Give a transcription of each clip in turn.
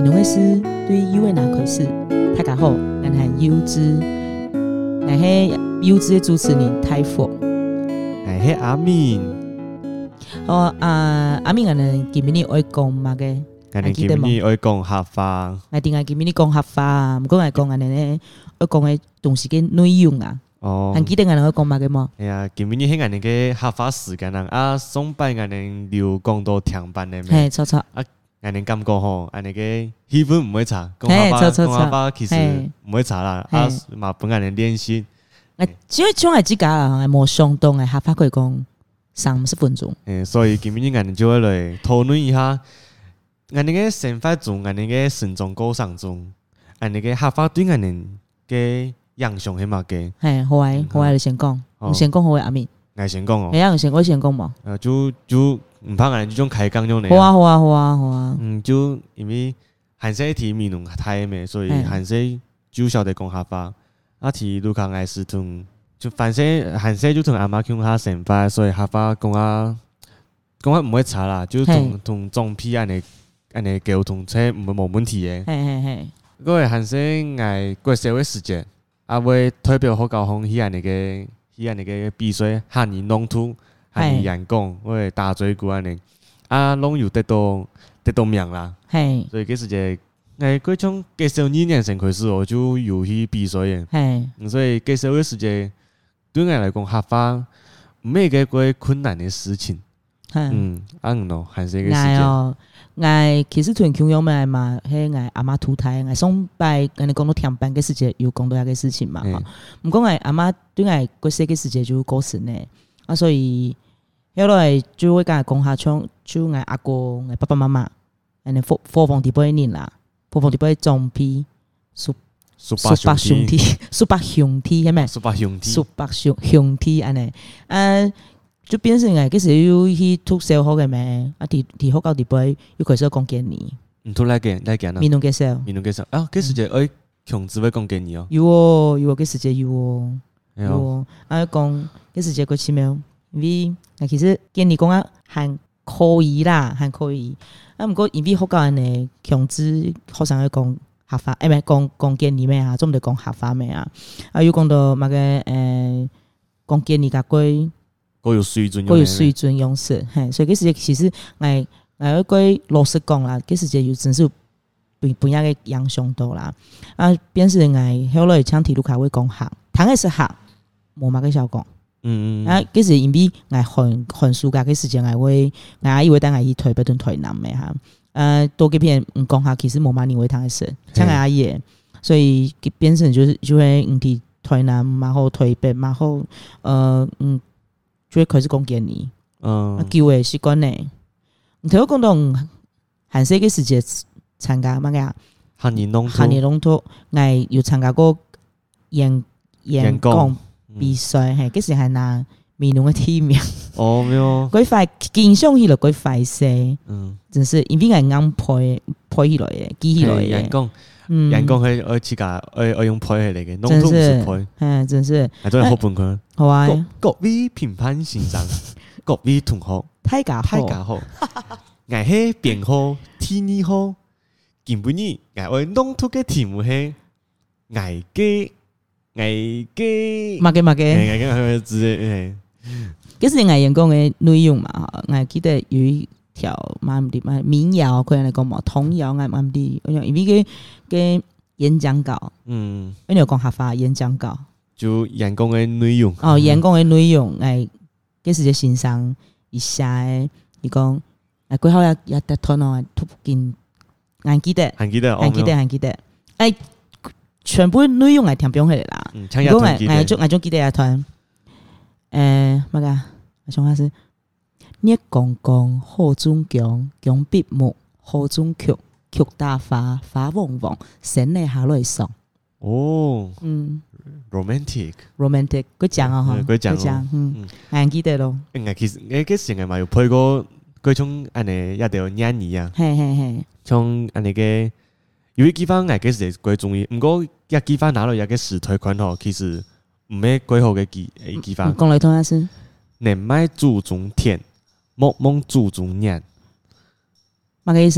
农的诗对优的哪回事？大家好，我是优之，我是优之的主持人泰佛， 我是阿敏。 阿敏今日会讲嘛嘅？ 我今日会讲客家。 我定係今日講客家，唔講係講咧，我講嘅東西嘅內容啊。 哦， 還記得我哋講嘛嘅麼？ 哎呀，今日係我哋嘅客家時間啊，上班我哋要講到聽班嘅咩？ 係錯錯。 啊，我哋感覺吼，我哋嘅氣氛唔會差，講客家其實唔會差啦。啊，嘛本我哋練習。 只要將係自家啊，冇相當嘅客家可以講30分鐘。 所以今日我哋就會來討論一下。我哋嘅生活中，我哋嘅生活過程中，我哋嘅客家對我哋嘅影響係乜嘅？ 係好啊，好啊，你先講，你先講好啊，阿敏。 我先講哦。 係啊，我先講嘛。 就唔怕我哋就開講咗你。 好啊，好啊，好啊，好啊。 就因為韓式題面容太咩，所以韓式就曉得講客家。啊，題如講係是同就反正韓式就同阿媽講下成法，所以客家講下唔會差啦，就同總批安尼溝通車唔會冇問題嘅。 係。 嗰個韓式係過社會時節，啊會代表好高雄，安尼嘅比賽漢語弄土、漢語演講，會大嘴鼓安尼，啊攏有得到名啦。係，所以嗰時節嗰種介紹2年前開始我就有去比賽嘅。係，所以介紹嘅時節對我來講客家唔係一個困難嘅事情。啱咯，韓式嘅時節。 我其實團強勇咪嘛，係我阿媽土台，我上拜跟你講到聽班嘅時節，有講到一個事情嘛。唔講我阿媽對我過世嘅時節就過身咧，啊所以後來就會跟我講下唱，就我阿哥、我爸爸媽媽，人哋火房第八年啦，火房第八總批蘇北兄弟係咪？蘇北兄弟安尼，就變成係，其實要去讀小學嘅咩？啊，第學到第八要開始講建議。 唔讀來見啊？ 面農介紹啊，嗰時節愛強制會講建議哦。 有哦，嗰時節有哦。啊，講嗰時節個詞咩？因為其實建議講啊，還可以啦，還可以。啊，唔過因為學校呢強制學生去講客家，唔係講建議咩啊？總唔得講客家咩啊？啊，要講到乜嘅講建議嘅歸。 各有水準用詞，所以嗰時其實我一句老實講啦，嗰時就真是不一樣嘅影響到啦。啊，變成我後來搶體育卡會講客，談嘅是客，冇乜嘅效果。啊，嗰時因為我寒暑假嘅時間，我以為等我去台北同台南嘅嚇，多幾篇唔講客，其實冇乜人會談嘅事，搶我嘢，所以變成就會唔去台南，然後台北，然後就會開始講建議，叫嘅習慣呢。唔睇我講到韓式嘅時節參加乜嘢？漢語弄土，我有參加過演講比賽，係嗰時係拿面農嘅提名。 哦，沒有。 嗰塊經常起來嗰塊勢，真是因為我啱配起來嘅，記起來嘅。 演講係我自家我用配嚟嘅，弄土唔是配。 真是。 係真係好半佢。 好啊！ 各位評判先生，各位同學， 大家好， 我係編號 T2號，今日我弄土嘅題目係藝嘅，之類。 嗰時藝演講嘅內容嘛，我記得有一條乜民謠，佢人嚟講嘛，童謠啱啲，因為嘅演講稿，因為講客家演講稿。 就演講嘅內容演講嘅內容，嗰時就欣賞一下誒，伊講幾好也得拖咯，突見還記得，全部內容係聽唔起嚟啦。如果我仲記得一團，乜㗎？我想下先，聶公公好中強，強必木好中曲，曲大花花旺旺，神嚟下來送。 哦，romantic， 佢講啊，佢講，還記得咯。 其實嗰時我咪有配過嗰種安尼一條演義啊，像安尼嘅有幾番我嗰時幾中意，唔過一幾番拿到一個實體款吼，其實唔係幾好嘅幾番。 講嚟聽下先。 年邁注重田，夢夢注重年。 乜嘅意思啊？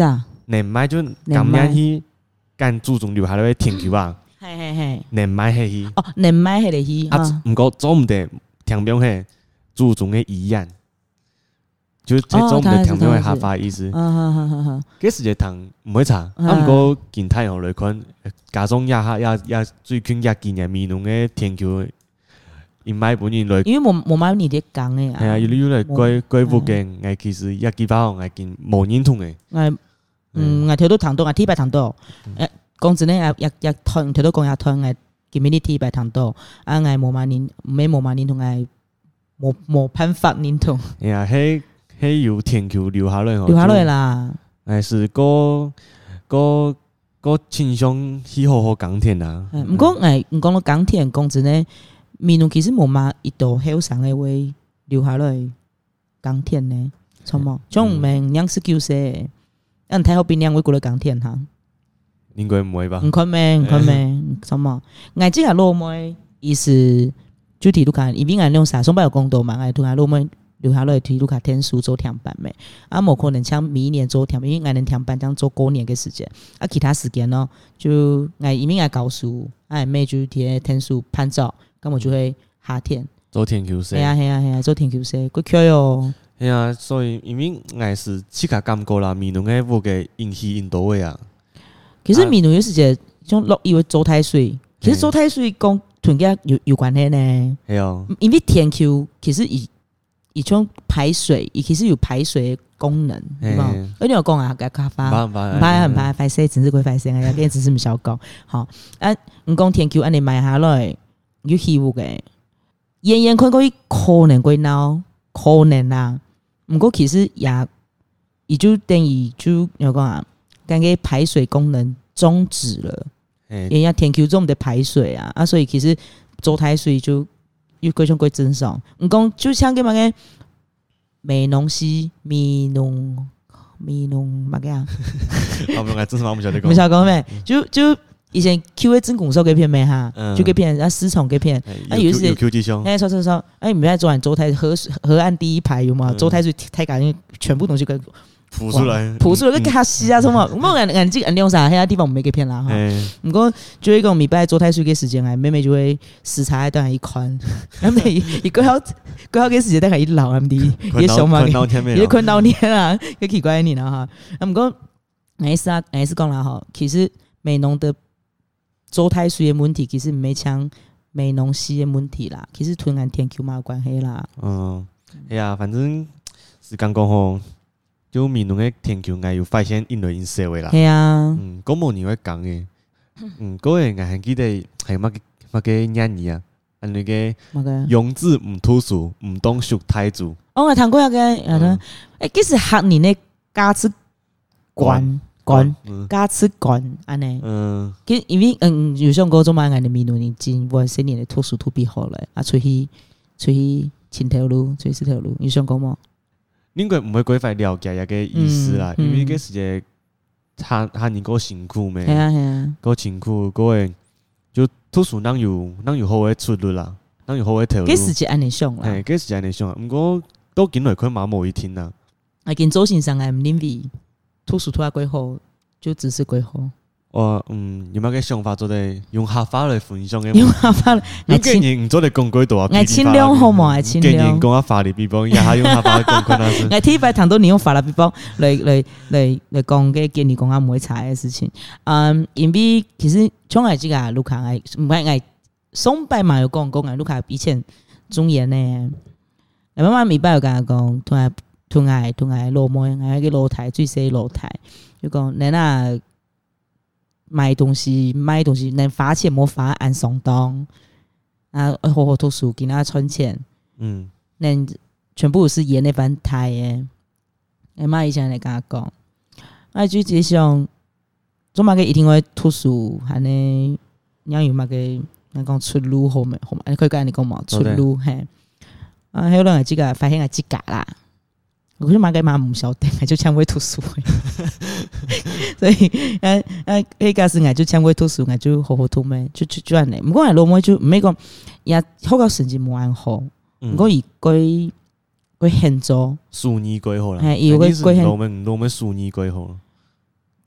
年迈就今年去干注重留下来天球啊， 嘿， 年迈迄鱼哦，年迈迄个鱼啊，毋过做毋得天边迄注重的遗样，就做毋得天边的下发意思。嗰時就通唔會查，啊毋過見太陽來看，加上也最近也見嘅面濃嘅天球，因買本人來， 因為冇買你啲講嘅啊。 係啊，有來貴附近，我其實也幾包，我見無認同嘅。 我睇到糖多，我睇白糖多。講真咧，也吞睇到講也吞，我見面啲睇白糖多，啊我冇買認，唔係冇買認同，我冇辦法認同。 係啊，係有天球留下來啦。 係是個傾向去好好耕田啊。 唔講到耕田，講真咧，面濃其實冇買一道後生嘅會留下來耕田呢，錯冇？種唔明樣式叫些，人睇好邊樣會過來耕田哈？ 應該唔會吧？唔可能，錯冇？我即係老妹意思，就睇路卡，因為我用啥，上班有工作嘛，我同我老妹。留下來睇路卡天數做天班咩？啊，冇可能像明年做天班，因為我能天班當做過年嘅時間。啊，其他時間咯，就我因為我教書，啊，妹就貼天數拍照，咁我就會夏天做天球社。 係啊，做天球社，佢強哦。 係啊，所以因為我是即刻感覺啦，面濃嘅部嘅引起印度嘅啊。 其實面濃有時間種落以為做太水，其實做太水講同佢有關係呢。 係啊， 因為天球其實以種排水，其實有排水的功能，係嘛？而你有講啊，咖啡唔怕排水，真是會排水啊！有啲只是唔少講，好啊。唔講天球，安尼買下來有希望嘅，遠看過去可能會鬧，可能啦。唔過其實也就等於就有講啊，咁嘅排水功能終止了。人家天球做唔得排水啊，所以其實做太水就。有各種各正常，唔講就像個乜嘅美濃西美濃乜嘅啊？ 我真係冇曉得講。 唔曉講咩？就以前 Q 嘅真拱手嗰片咩哈？就嗰片啊思聰嗰片，啊有時 Q 之兄， 錯，唔係做完周太河岸第一排有嘛？周太最太感全部東西跟。 浮出來， 個卡西啊，什麼？我眼睛用啥？其他地方沒給騙啦哈。不過就一個禮拜做太水嘅時間，妹妹就會時差當然一寬，咁你一個好嘅時間當然一老咁啲，一上嘛，一困到年啦，幾奇怪嘅年啦哈。不過我是講啦哈，其實美濃的做太水嘅問題，其實唔係像美濃西嘅問題啦，其實同俺天球冇關係啦。 係啊，反正是剛講吼。就面濃嘅天球，我有發現因類因社會啦。 係啊， 嗰冇人會講嘅。嗰個我係記得係乜嘅年語啊？安尼嘅用字唔突出，唔懂熟太祖。 我聽過一個，幾時學年嘅價值觀，價值觀安尼。因為有上高中嘛，我哋面濃人真我些年嘅突出特別好咧，啊，出去青條路，出去四條路，有上高冇？ 應該唔會規範了解一個意思啦，因為嗰時嘅漢人夠辛苦咩？係啊，夠辛苦，嗰個就突出能有好嘅出路啦，能有好嘅條路。 嗰時就安尼想啦， 係嗰時就安尼想，唔過都見來佢馬冇一天啦。 啊，見周先生係唔認為突出拖幾好，就只是幾好。 有乜嘅想法做嚟用客話嚟分享嘅？ 用客話嚟， 你既然唔做嚟講幾多啊？ 我盡量好嘛，我盡量。 既然講下法律比方，也係用客話嚟講困難事。 我睇白談到你用法律比方嚟講嘅建議講下唔會查嘅事情。因為其實從來這個盧卡係唔係我上拜嘛有講盧卡以前中言呢，媽媽咪拜有跟佢講，同我老妹，我個露台最細露台，就講你嗱。買東西，能花錢冇花按上當啊！好好讀書，給他存錢，能全部是演那番台嘅。我媽以前嚟跟我講，啊，就只想做乜嘅一定會讀書，係呢，讓有乜嘅，人講出路好咩？好嘛？你可以講你講嘛？出路係啊，還有人係這個發現係自家啦。我就買給媽唔曉得，就搶會讀書，所以迄個時我就搶會讀書，我就好好讀咩，就安尼。唔過係老妹就唔係講也好個成績冇安好，唔過伊佢現做數年過好啦， 係伊佢老妹數年過好。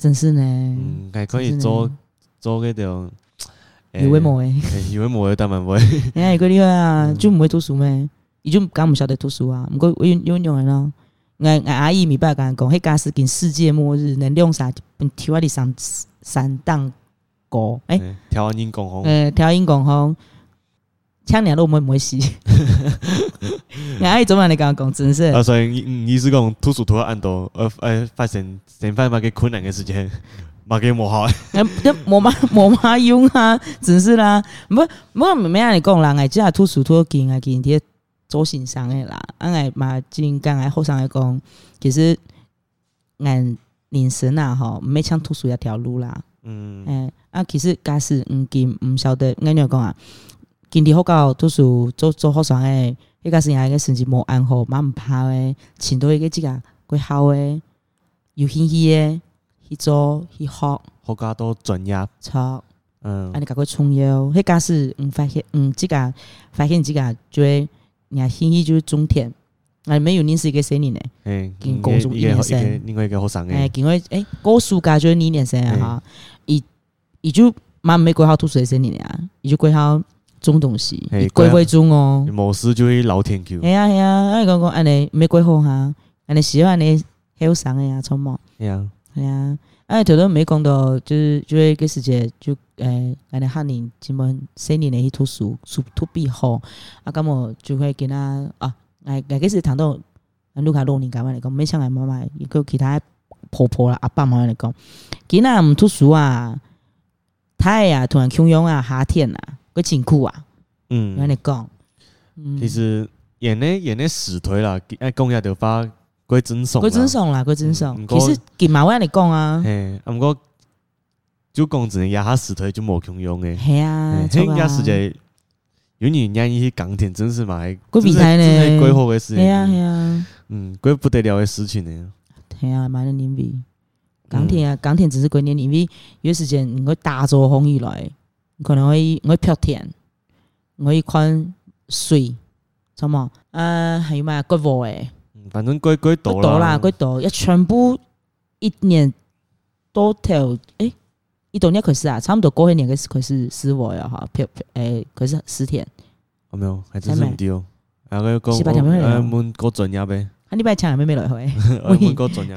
真是呢， 还可以做迄种有为无为， 有为无为当然袂。 哎，个厉害啊，就唔会读书咩？伊就敢唔晓得读书啊？毋过有用的咯。我阿姨咪爸甲讲，迄假使见世界末日，能用啥？跳啊！伫三档歌， 调音讲风， 调音讲风，抢两路唔会死。我阿姨昨晚你甲讲，真是。 所以意思讲，图书图按到，发现先发个困难的时间。嘛给磨好， 磨嘛用啊，真是啦。不安尼讲啦，我只图书图见伫做欣赏的啦。我嘛真刚才后上来讲，其实俺人生啊吼，唔免抢图书一条路啦。其实假使见唔晓得，我讲啊，见伫好教图书做好上诶，迄假使人个成绩无安好，嘛唔怕诶，请到一个即个几好诶，有兴趣诶。去做去学， 好加多专业， 错，安尼甲佢重要。迄假使发现，即个发现即个，就会人兴趣就是种田，没有认识一个谁呢？跟高中一年生， 另外一个好上诶， 因为高暑假就是2年生啊，伊就蛮没规划读书的生啊，伊就规划种东西，规划种哦， 某时就会老天球， 系啊，安讲安尼没规划哈，安尼喜欢你好上诶啊，聪明， 系啊。 系啊，头都没讲到，就会个时节就安尼汉人基本4年的去读书必好，咁么就会跟他个时谈到卢卡龙年咁样嚟讲，没像俺妈妈一个其他婆婆啦、阿爸妈嚟讲，囡仔唔读书啊，太啊突然穷勇啊、下天啊，个辛苦啊，安尼讲， 其实演呢死推啦，讲下就发。过尊崇啦，过尊崇。其实见马湾嚟讲啊， 毋过就讲只能压下死腿就无穷用诶。 系啊， 应该是在有你人一些钢铁真是嘛， 过比赛呢， 过好嘅事。 系啊， 过不得了嘅事情呢。 系啊，蛮能认为钢铁只是过年，因为有时间你会大做风雨来，可能会飘天，会看水，什么还有嘛，过雾诶。 反正过多啦，过多，要全部一年都跳一多年可是啊，差不多过一年可是4我呀哈，可是10天， 没有，还真是唔对哦。然后讲 7-8天没来， mun过专业呗。 你拜抢没来回？ 我们过专业。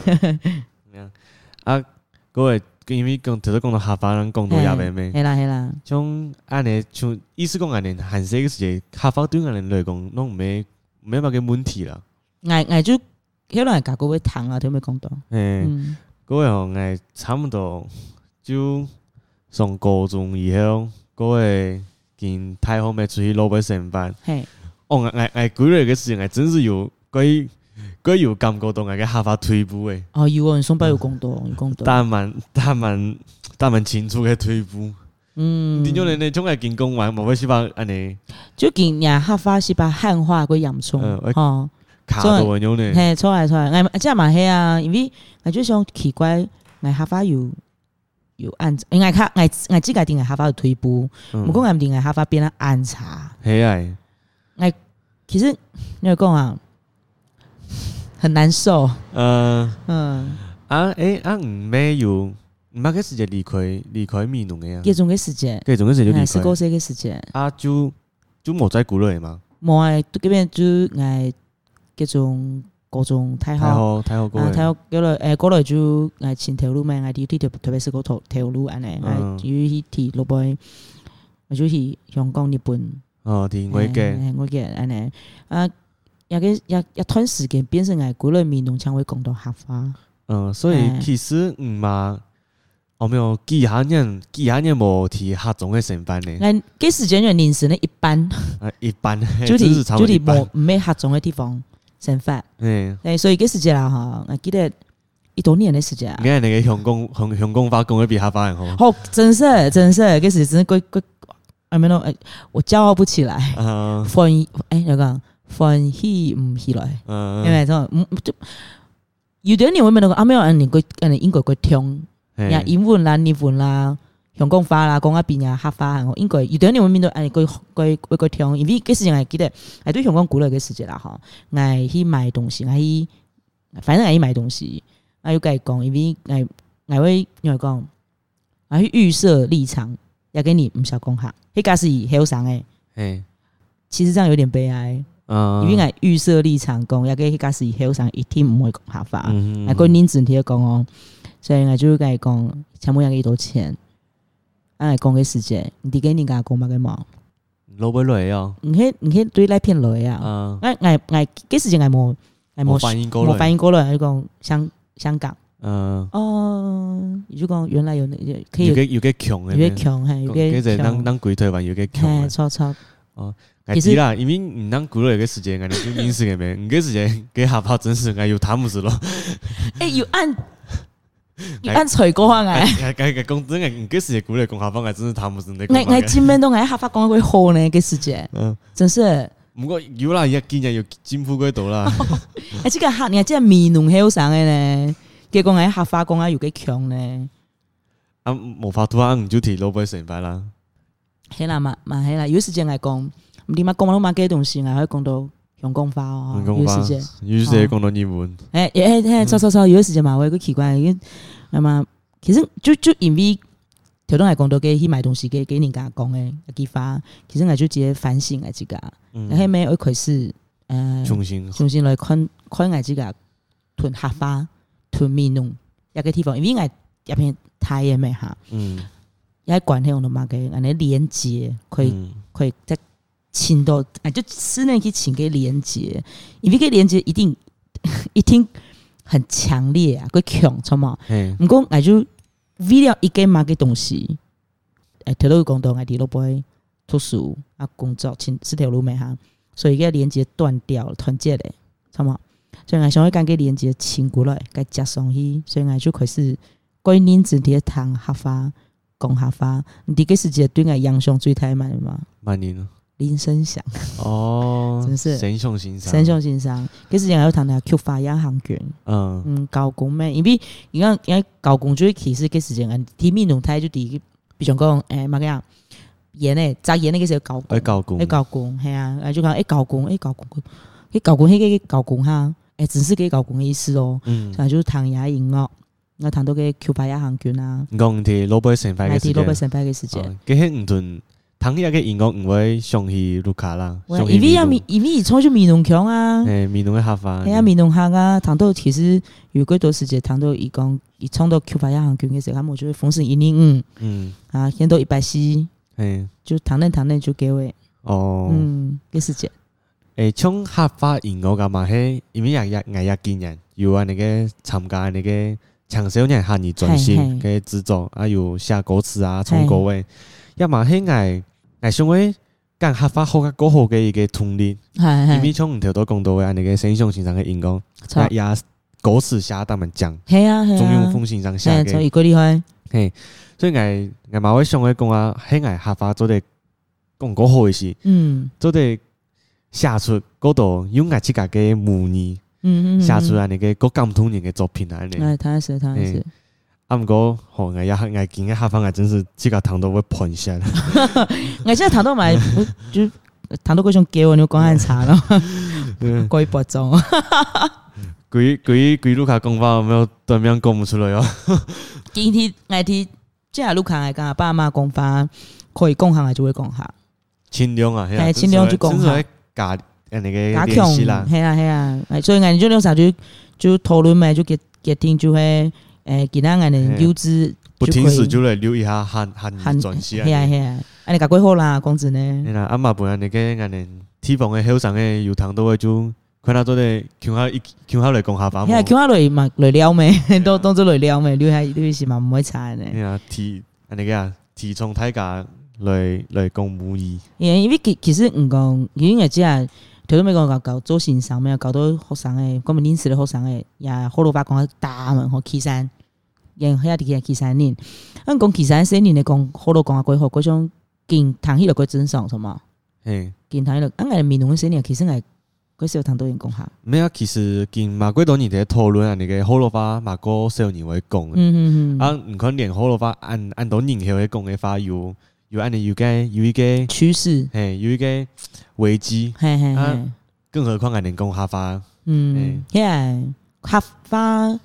各位，因为头先讲到客家人讲到也咩？ 系啦。 像安尼，像意思讲安尼，韩式嘅时节，客家对安尼来讲，拢没乜嘅问题啦。 我就迄个教各位谈啊，听没讲到。 各位吼，我差不多就上高中以后，各位跟太后妹出去路边上班。我几日嘅事情，我真是有有感觉到我嘅客家退步诶。 有啊，上班有讲到，有讲到。 但蛮清楚嘅退步。點樣你總係見工玩，冇乜事吧？安尼就見人客家是把漢化個洋葱， 卡到咁樣呢？ 嘿，出來，我即係嘛係啊，因為我就想奇怪，我客家有按，我自己定係客家有退步，唔講我定係客家變得暗查。 係啊， 我其實你講啊，很難受。 唔咩要？唔係嘅時間離開面農嘅啊。 幾種嘅時間？ 幾種嘅時間就離開。 係過些嘅時間。 就冇再鼓勵嘛？ 冇啊，嗰邊就我幾種高中太好過來。太好過來就我前條路咩？我哋特別是嗰條路安尼，我去睇路邊，我就去香港、日本。 睇我嘅安尼一段時間變成我過來面農將會講到客話。 所以其實嘛。沒有幾下年冇提客種嘅上班呢？ 我幾時間人認識呢？一般，就係冇咩客種嘅地方上班。所以幾時間啦？哈，我記得一多年嘅時間。 你那個香港話講得比客家人好。 好，真是，幾時真係我驕傲不起來。有講歡喜唔起來，因為有啲人會問到沒有人英國個聽。英文啦、日文啦、香港話啦，講一邊啊客話，應該有啲人會面到佢聽，因為嗰時我記得係對香港鼓勵嘅時節啦，嗬，我去買東西，反正我去買東西，我要佢講，因為我会因为讲，我去预设立场，要给你唔少讲下，迄个是后生诶。 嘿， 其实这样有点悲哀。因为我预设立场讲，要给迄个是后生一定唔会讲下法，我个认真听讲哦。所以我就甲伊讲，请问要几多钱？我讲个时间，你给人家讲嘛个毛？ 落不落哦？ 你迄对来骗来啊！我几时间我冇反应过来， 冇反应过来，就讲香港。 伊就讲原来有可以有个强诶， 有个强嘿，有个强。咱鬼台湾有个强。 错。 其实啦，因为你咱古了一个时间，俺就明示个没，你个时间给下巴真是俺有他们是咯。 有按吹过话哎， 讲真个，你个时间古了讲下巴，俺真是他们是那个。我今边都俺下巴讲会好呢，个时间，真是。 不过有啦，也今年有进步过多啦。 这个你还这面容后生的呢，结果俺下巴讲有个强呢。 无法度啊，你就提老板成败啦。 系啦嘛，系啦，有时间来讲。你嘛讲嘛几东西啊？可以讲到用讲法哦，有时间， 有时间讲到英文。 错，有时间嘛，我有个奇怪，因为嘛，其实就因为头先来讲到去买东西给人家讲诶，激发，其实我就直接反省来这个，然后咩一开始重新来看我这个囤合法囤面弄一个地方，因为我一片台嘅咩哈，也管迄种的嘛个，安尼连接可以在。请到就室内去请给连接，因为个连接一定很强烈啊，个强，错嘛？唔讲，我就为了一个嘛个东西，头都讲到我哋都不会读书啊，工作是条路没哈，所以个连接断掉了，团结嘞，错嘛？所以我想要将个连接请过来，该加上去，所以我就开始归认真啲谈合法，讲合法，你个时间对我影响最太慢嘛？ 慢年咯。 林声响真是神雄欣赏。嗰時有談到曲法也行卷，高工咩？因為高工就其實嗰時間啲面動態就第，比如講乜嘢演咧，扎演嗰時高工，係啊，就講高工迄個高工哈，只是個高工嘅意思哦，所以就談也音樂，我談到個曲法也行卷啊， 講啲老闆成派嘅時間， 嗰啲唔同。唐日嘅音樂唔會上去盧卡啦， 因為伊創就面農強啊， 面農嘅客法， 係啊面農客啊，唐到其實有幾多時間，唐到伊講伊創到 Q 法一行卷嘅時候，佢就會風聲105，現到140，就唐嫩就給我，嘅時間， 從客法音樂嘅嘛係，因為也見人有啊，那個參加那個長少年漢語專線嘅製作啊，有寫歌詞啊，唱歌嘅，一嘛係我想講間客法好較過好嘅一個通力，因為從唔條都講到嘅那個神雄欣賞嘅音樂，也歌詞寫得咁講，中庸風欣賞寫嘅， 所以個厲害， 所以我嘛會想講講啊，喺我客法做得講過好嘅事，做得寫出嗰度用我自己嘅模擬，寫出來那個個感動人嘅作品啊， 他是。 唔過，我見嘅客法我真是自己彈到會噴下。 我真係彈到埋，就彈到嗰種叫你講很差咯，鬼博裝。 鬼盧卡講法，我對面講唔出來哦。 今天我哋即係盧卡係講爸媽講法，可以講下就會講下。 盡量啊， 係盡量就講下。 加那個練習啦， 係啊，所以我哋就時候就討論咪就決定就係。其他人哋優質不停時就嚟留意下漢語專線。 係啊，你搞幾好啦，公子呢？ 係啦，阿媽本來你嘅人哋地方嘅後生嘅有糖都會就看到做啲傾下嚟講下法。 係傾下嚟嘛嚟撩咩？當做嚟撩咩？撩係是嘛唔會差嘅。 係啊，提倡大家嚟講母語。 因為其實唔講，因為只係頭先咪講搞做線上咩，搞到學生嘅，咁咪認識嘅學生嘅，也好老闆講大門學岐山。然後喺啲岐山年，咁講岐山4年嚟講，好多講下鬼學嗰種見談起來個真相，係嘛？見談起來，咁我哋面農4年，其實係嗰時候談到人講下。 咩啊？其實見馬幾多年喺討論啊，你嘅好老闆馬個少年會講嘅。啊，唔可能連好老闆按到年後去講嘅話，有按你有一個趨勢，有一個危機。更何況係人講下法。 係客法。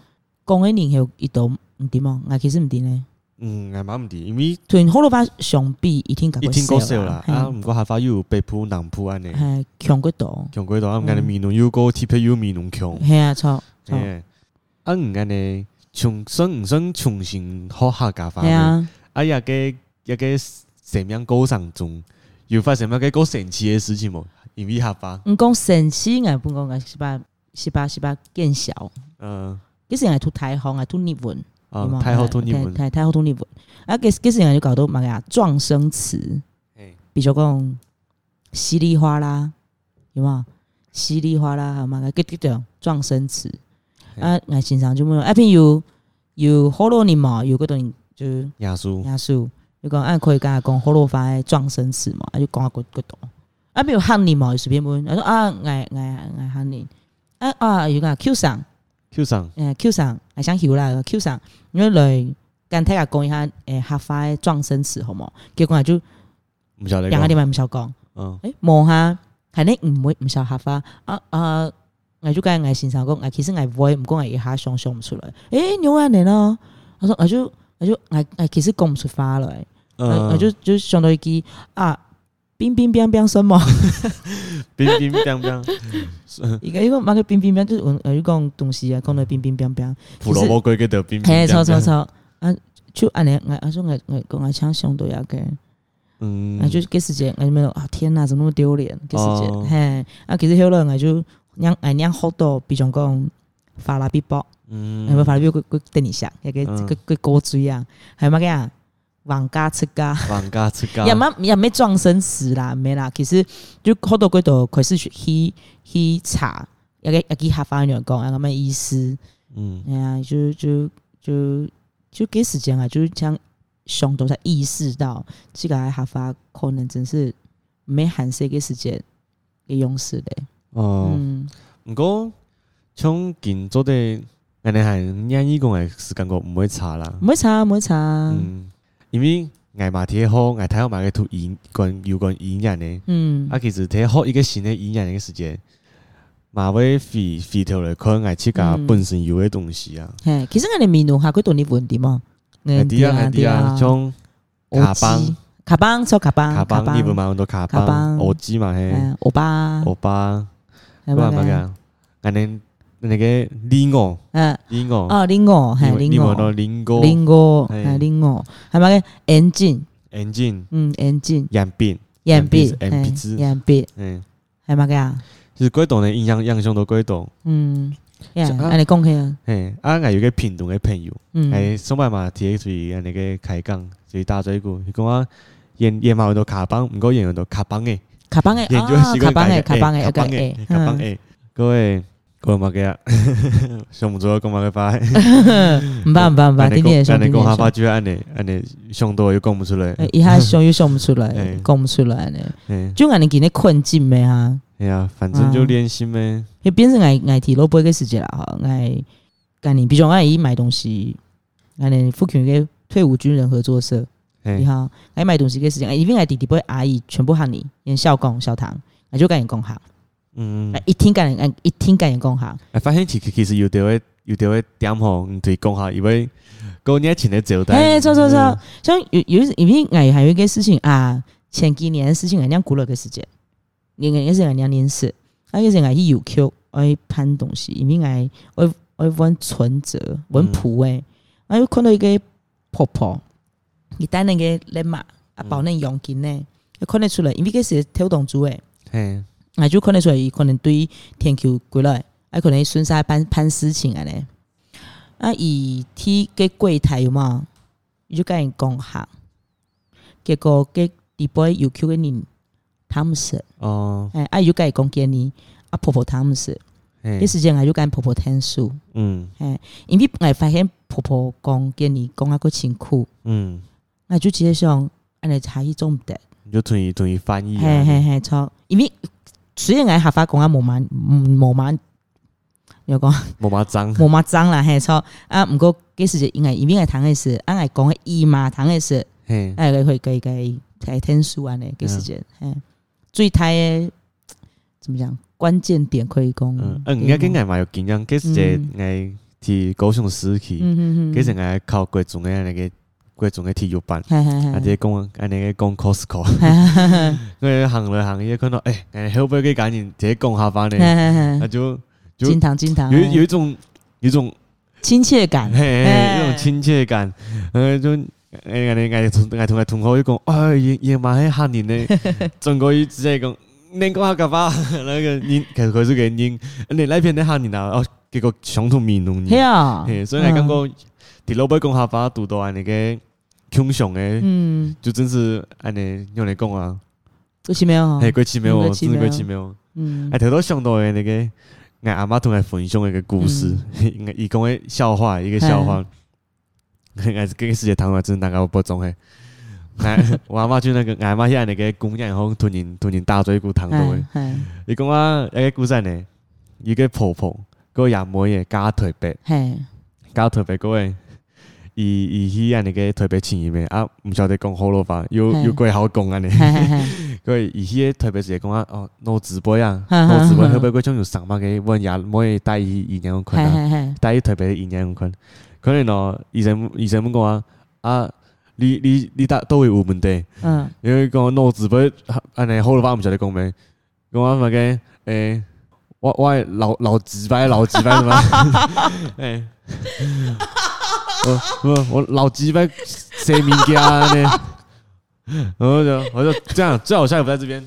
讲的人有伊都毋对嘛，我其实毋对呢。 我嘛毋对，因为同好多法相比，一天够少啦。毋过下发有北部、南部安尼。 系强几多？ 强几多？啊，毋干面容又高，TPU 面容强。 系啊，错。 啊，毋干呢，重新好加法。 系啊。 啊，也个什么样高上中，有发生什么个够神奇的事情无？因为下发。 讲神奇，我不讲是把见小。其实我拄台风，我拄日文。 太后拄日文。 太后拄日文。啊，其实我就搞到乜嘢撞声词。比如讲稀里哗啦，有冇？稀里哗啦，好嘛？叫撞声词。啊，我欣赏就冇。啊，譬如有好多年嘛，有嗰种就亚述。 就讲可以讲好多发的撞声词嘛，就讲嗰度。啊，比如喊你嘛，随便问，我说啊，我喊你。有个 Q 上。Q 上，我想晓啦 ，Q 上，因为来跟大家讲一下，客家的撞声词好冇？结果就两个地方唔晓讲，冇哈，系你唔会唔晓客家我就讲我先生讲，其实我会唔讲我一下想唔出来，你话你咯，我说我其实讲唔出话来，我就想到一句冰冰冰冰什么？ 冰冰冰冰， 一个马个冰冰冰，就是讲东西啊，讲到冰冰冰冰。 胡萝卜龟个的冰冰冰冰。 错就安尼，我说我讲我想想到呀个，就给时间，我就没有天哪，怎么那么丢脸？给时间，嘿，其实后来我就让好多，比如讲法拉比包，法拉比佢等一下，一个歌嘴啊，还有乜嘢？往家出家，也没撞声词啦，没啦。其实就好多嗰度佢是去查，一个客家人讲咁嘅意思。就给时间啊，就是将想到才意识到，这个客家可能真是没含些嘅时间嘅用词咧。 不过从近做的，安尼系英语讲嘅时间我唔会查啦， 唔会查。 因为我嘛睇好，我睇好买个图有关语言的，其实睇好一个新的语言的时间，嘛会飞跳来看我自家本身有的东西啊。 其实我哋面容下佢度你问题嘛， 啲啊，像卡邦，日本嘛好多卡邦，欧基嘛系， 欧巴， 係嘛嘅，我哋。那个林鵝，林鵝，係林鵝，係咪嘅 engine， 鉛筆， 係咪嘅？ 就是軌道呢，印象都軌道。 你講起啊？ 我有個屏東嘅朋友，係上擺嘛提起佢那個開講，就是大嘴鼓，佢講話演嘛有到卡邦，唔過演有到卡邦嘅， 卡邦嘅， 各位嘛嘅，想唔做講嘛嘅快， 唔怕，啲嘢想。 你講下發就安尼想到又講唔出來， 一下想又想唔出來，講唔出來呢，就按你見你困境咩哈？ 係啊，反正就練習咩。 佢變成我提落杯嘅時節啦，我今年，比如我一買東西，我哋福建嘅退伍軍人合作社，你好，我買東西嘅時間，因為我弟弟杯阿姨全部喊你，連校工校堂，我就跟人講下。一聽跟人講下， 發現其實有啲會點吼，唔對講下，因為嗰年前嘅招待， 錯，像有因為我還有一個事情啊，前幾年嘅事情，我講過了個時間，也是我年事，那個是我去郵局我去攀東西，因為我揾存折揾譜誒，我有看到一個婆婆，佢帶那個禮物啊，包那佣金呢，我看得出來，因為嗰是跳動族誒。就看得出來，伊可能對天球過來，可能順勢辦事情啊咧。伊去個櫃台有冇？伊就跟人講下，結果個第杯有 Q 嘅人，他們說，伊就跟人講見你，婆婆他們說，啲時間就跟婆婆聽書，因為我發現婆婆講見你講個辛苦，我就直接想，安尼差異做唔得， 就同伊翻譯， 錯，因為。雖然我客家講冇乜，又講冇乜爭啦，係錯啊。唔過幾時就因為我談嘅事，我講嘅姨媽談嘅事，佢聽書啊呢幾時間，最大嘅怎麼講關鍵點可以講。 而家跟我嘛有經驗，幾時就我去高雄市去，其实我考国中的那个国中的体育班，啊，即讲安尼个讲 Costco， 我行来行去看到，后背个赶紧直接讲下班呢，啊就金堂， 有一种亲切感， 一种亲切感，就同同學講，夜晚喺下年呢，中國語直接講，你講下幹嘛？那個你其實佢是個英，你那邊喺下年啊，結果相同面容。 係啊， 所以我感覺，啲老闆講下法讀到安尼個傾向誒，就真是安尼用嚟講啊， 鬼奇妙， 係鬼奇妙，真係鬼奇妙。睇到上到嘅那個。我阿媽同我分享一個故事，伊講個笑話，一個笑話。我這個世界堂話真大家不中嘿。我阿媽就那個，我阿媽現在那個公園後吞人大嘴骨糖到誒。伊講啊，一個故事呢，一個婆婆，個爺妹嘅加腿白，加腿白個誒，伊去安那個腿白前面啊，唔曉得講好咯吧？有鬼好講安尼。佢伊迄個特別是講啊，腦子杯啊，腦子杯後尾嗰種有上嘛嘅，問也冇帶伊營養困啊，帶伊特別營養困。可能咯，醫生問講啊，你都會有問題，因為講腦子杯安尼好咯吧，唔曉得講咩，講啊乜嘅我老直白什麼，我老直白寫物件呢。我就这样，最好笑也不在这边。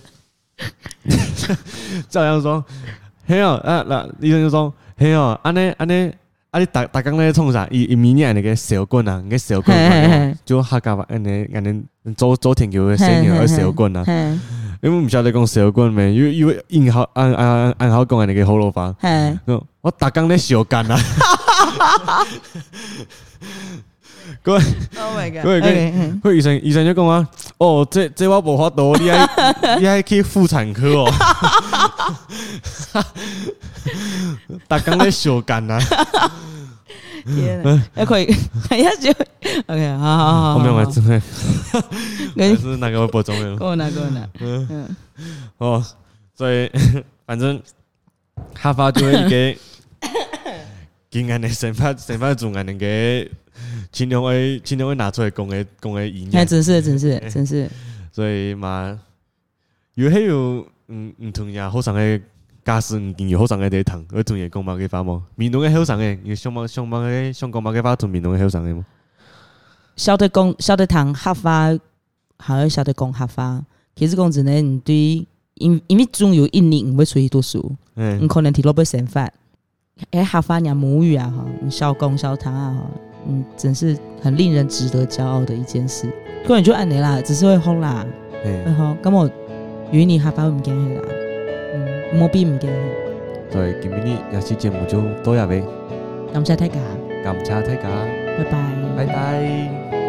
就好像说，嘿哦，那医生就说，嘿哦，安尼，你大刚咧创啥？伊明年那个小棍啊，那个小棍就客家话，安尼做天橋嘅生意小棍啊。因為唔曉得講小棍咩，因為硬好按好講那個好老法。我大剛咧小干啊。各位 ，Oh my god！ 佢醫生就講啊，這我無法度，你係去婦產科哦，大剛咧小干啊！ 天啊，可以，睇一下 ，OK， 好， 我沒有真係，還是那個不重要， 夠啦， 所以反正下發就係一個今年的成發總安那個。盡量會拿出來講嘅營養， 真是， 所以嘛，有唔同呀，好上嘅家事唔見有好上嘅地堂，我同嘢講嘛嘅法冇，面農嘅好上嘅，要上講嘛嘅法同面農嘅好上嘅冇。 曉得堂合法，還要曉得講合法。其實講真嘅，你對因為總有一年唔會出去讀書，你可能提到不成法，合法人母語啊，小公小堂啊。真是很令人值得驕傲的一件事。個人就按你啦，只是會好啦，會好。咁我與你下班唔驚佢啦，冇必唔驚佢。 所以今日呢期節目就到這邊。 感謝大家， 拜拜。 拜拜。